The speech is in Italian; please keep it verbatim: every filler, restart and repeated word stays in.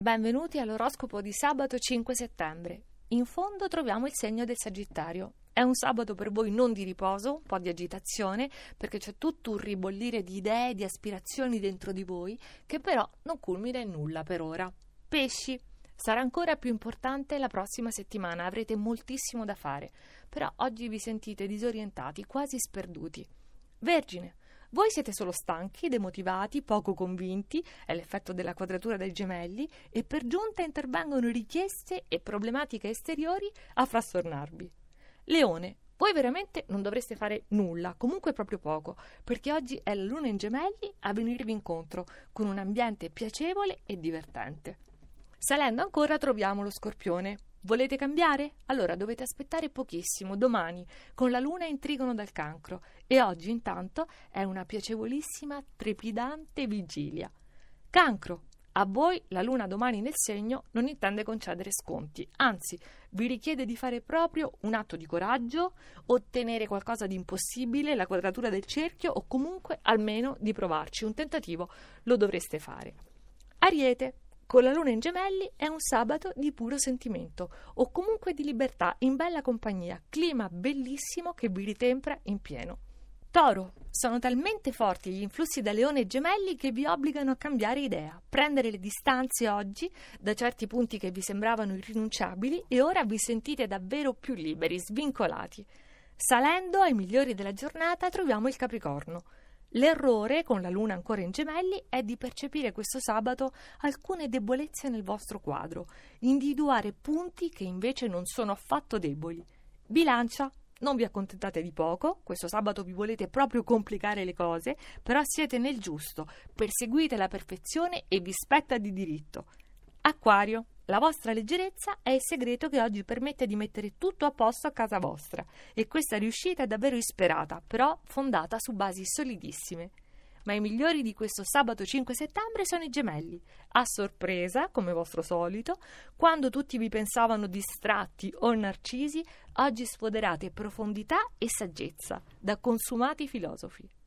Benvenuti all'oroscopo di sabato cinque settembre. In fondo troviamo il segno del Sagittario. È un sabato per voi non di riposo, un po' di agitazione, perché c'è tutto un ribollire di idee, di aspirazioni dentro di voi, che però non culmina in nulla per ora. Pesci. Sarà ancora più importante la prossima settimana, avrete moltissimo da fare, però oggi vi sentite disorientati, quasi sperduti. Vergine. Voi siete solo stanchi, demotivati, poco convinti, è l'effetto della quadratura dei gemelli, e per giunta intervengono richieste e problematiche esteriori a frastornarvi. Leone, voi veramente non dovreste fare nulla, comunque proprio poco, perché oggi è la luna in gemelli a venirvi incontro, con un ambiente piacevole e divertente. Salendo ancora troviamo lo Scorpione. Volete cambiare? Allora dovete aspettare pochissimo, domani, con la luna in trigono dal Cancro, e oggi intanto è una piacevolissima, trepidante vigilia. Cancro, a voi la luna domani nel segno non intende concedere sconti, anzi vi richiede di fare proprio un atto di coraggio, ottenere qualcosa di impossibile, la quadratura del cerchio, o comunque almeno di provarci, un tentativo lo dovreste fare. Ariete. Con la luna in gemelli è un sabato di puro sentimento o comunque di libertà in bella compagnia, clima bellissimo che vi ritempra in pieno. Toro, sono talmente forti gli influssi da leone e gemelli che vi obbligano a cambiare idea, prendere le distanze oggi da certi punti che vi sembravano irrinunciabili e ora vi sentite davvero più liberi, svincolati. Salendo ai migliori della giornata troviamo il Capricorno. L'errore, con la luna ancora in gemelli, è di percepire questo sabato alcune debolezze nel vostro quadro, individuare punti che invece non sono affatto deboli. Bilancia, non vi accontentate di poco, questo sabato vi volete proprio complicare le cose, però siete nel giusto, perseguite la perfezione e vi spetta di diritto. Acquario, la vostra leggerezza è il segreto che oggi permette di mettere tutto a posto a casa vostra, e questa riuscita è davvero isperata, però fondata su basi solidissime. Ma i migliori di questo sabato cinque settembre sono i gemelli. A sorpresa, come vostro solito, quando tutti vi pensavano distratti o narcisi, oggi sfoderate profondità e saggezza da consumati filosofi.